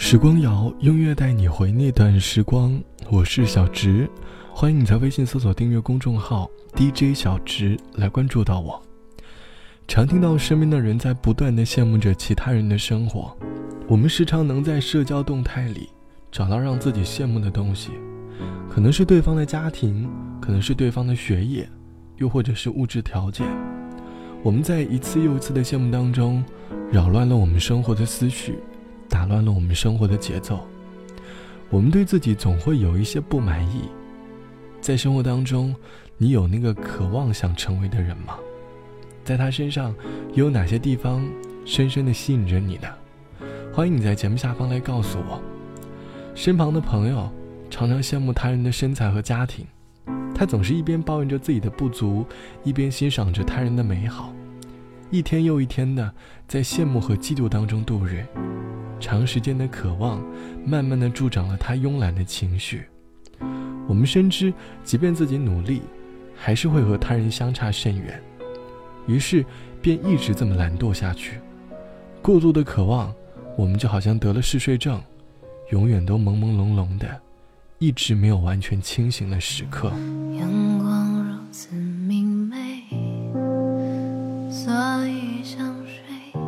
时光谣，音乐带你回那段时光，我是小直，欢迎你在微信搜索订阅公众号 DJ 小直来关注到我。常听到身边的人在不断地羡慕着其他人的生活，我们时常能在社交动态里找到让自己羡慕的东西，可能是对方的家庭，可能是对方的学业，又或者是物质条件。我们在一次又一次的羡慕当中，扰乱了我们生活的思绪，打乱了我们生活的节奏。我们对自己总会有一些不满意。在生活当中，你有那个渴望想成为的人吗？在他身上有哪些地方深深地吸引着你呢？欢迎你在节目下方来告诉我。身旁的朋友常常羡慕他人的身材和家庭，他总是一边抱怨着自己的不足，一边欣赏着他人的美好，一天又一天的在羡慕和嫉妒当中度日。长时间的渴望慢慢的助长了他慵懒的情绪。我们深知即便自己努力，还是会和他人相差甚远，于是便一直这么懒惰下去。过度的渴望，我们就好像得了嗜睡症，永远都朦朦胧胧的，一直没有完全清醒的时刻。 阳光如此明媚，所以想睡，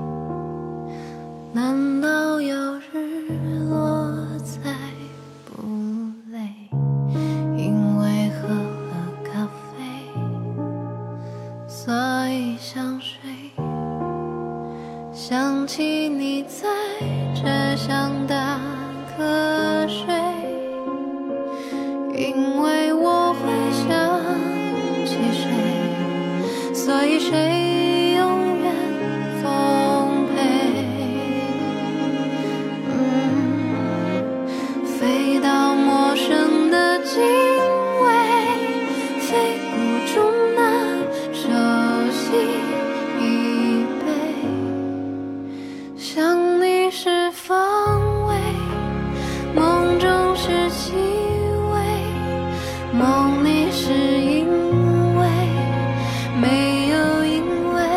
难道有日落才不累？因为喝了咖啡，所以想睡，想起你在车厢打瞌睡，因为我会想起谁，所以谁永远奉陪。飞到陌生的经纬，飞不出那熟悉依背。想你是方位，梦中是气味，梦里是因为没有因为。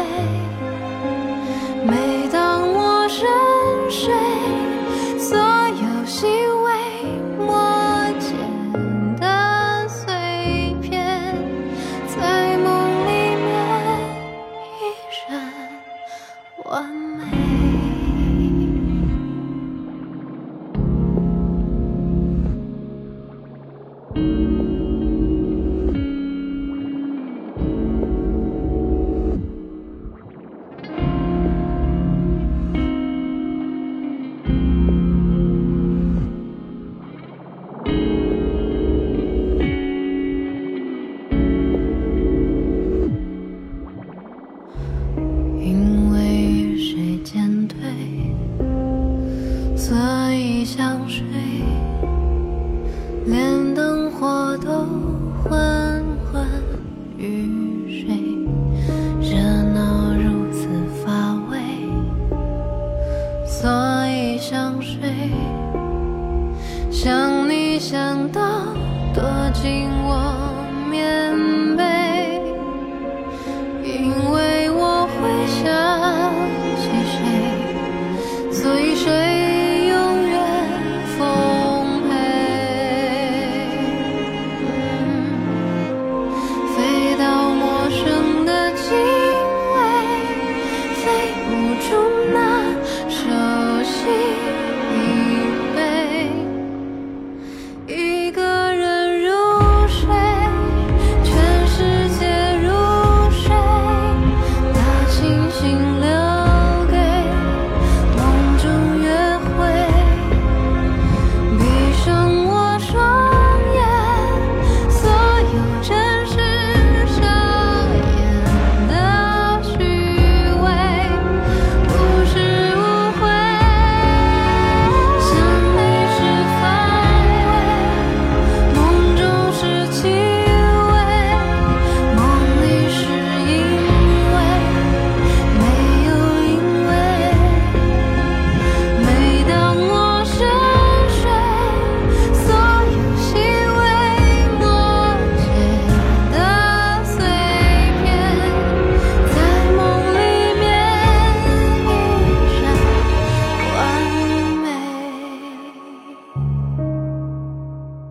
每当我深睡，所有细微末节的碎片在梦里面依然完美。因为雨水渐退，所以想睡，连灯火都昏昏欲睡，热闹如此乏味，所以想睡，想你想到躲进我棉被，因为我会想起谁，所以谁永远奉陪。飞到陌生的经纬，飞不出那熟悉依背。一个人入睡，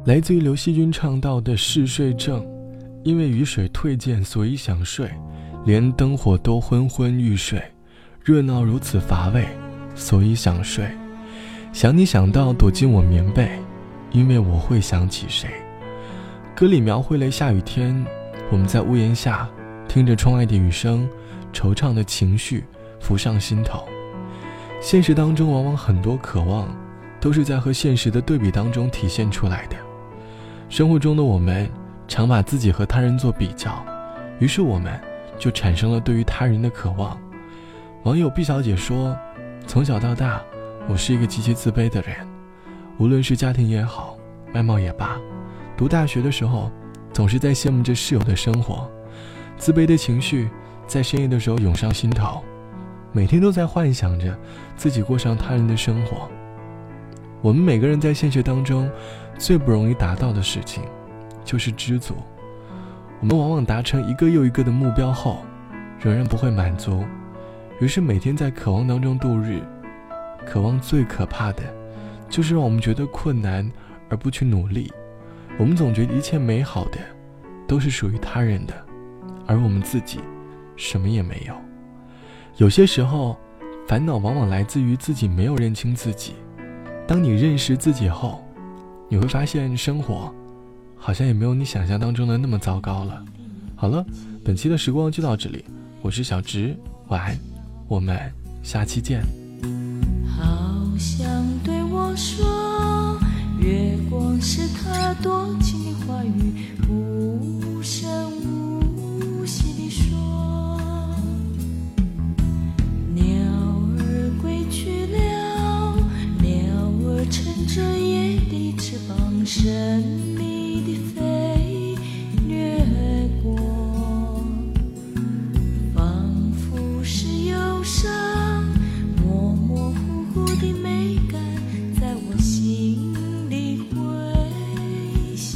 来自于刘惜君唱到的嗜睡症，因为雨水退渐，所以想睡，连灯火都昏昏欲睡，热闹如此乏味，所以想睡，想你想到躲进我棉被，因为我会想起谁。歌里描绘了下雨天，我们在屋檐下听着窗外的雨声，惆怅的情绪浮上心头。现实当中往往很多渴望都是在和现实的对比当中体现出来的。生活中的我们常把自己和他人做比较，于是我们就产生了对于他人的渴望。网友毕小姐说，从小到大我是一个极其自卑的人，无论是家庭也好，外貌也罢，读大学的时候总是在羡慕着室友的生活，自卑的情绪在深夜的时候涌上心头，每天都在幻想着自己过上他人的生活。我们每个人在现实当中最不容易达到的事情就是知足。我们往往达成一个又一个的目标后仍然不会满足，于是每天在渴望当中度日。渴望最可怕的就是让我们觉得困难而不去努力。我们总觉得一切美好的都是属于他人的，而我们自己什么也没有。有些时候烦恼往往来自于自己没有认清自己，当你认识自己后，你会发现生活好像也没有你想象当中的那么糟糕了。好了，本期的时光就到这里，我是小直，晚安，我们下期见。 好想对我说，月光是他多情的话语，无声无息地说。鸟儿归去了，鸟儿乘着夜的翅膀，神秘地飞掠过，仿佛是忧伤，模模糊糊的美感在我心里回响。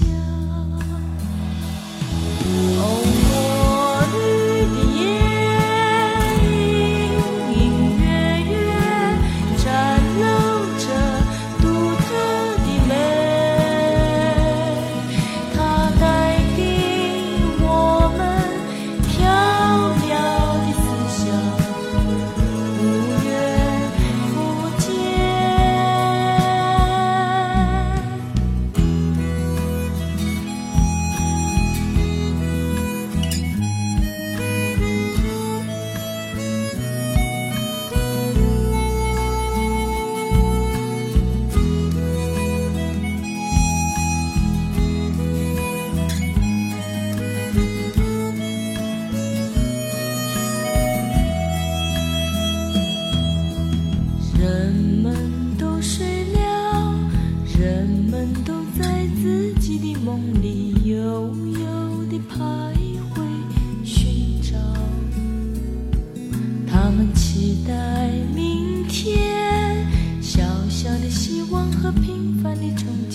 哦，墨绿的夜，隐隐约约展露着独特的美，它带给我们飘渺的思想，无缘不见。人们都睡了，人们都在自己的梦里悠悠地徘徊寻找，他们期待明天，小小的希望和平凡的成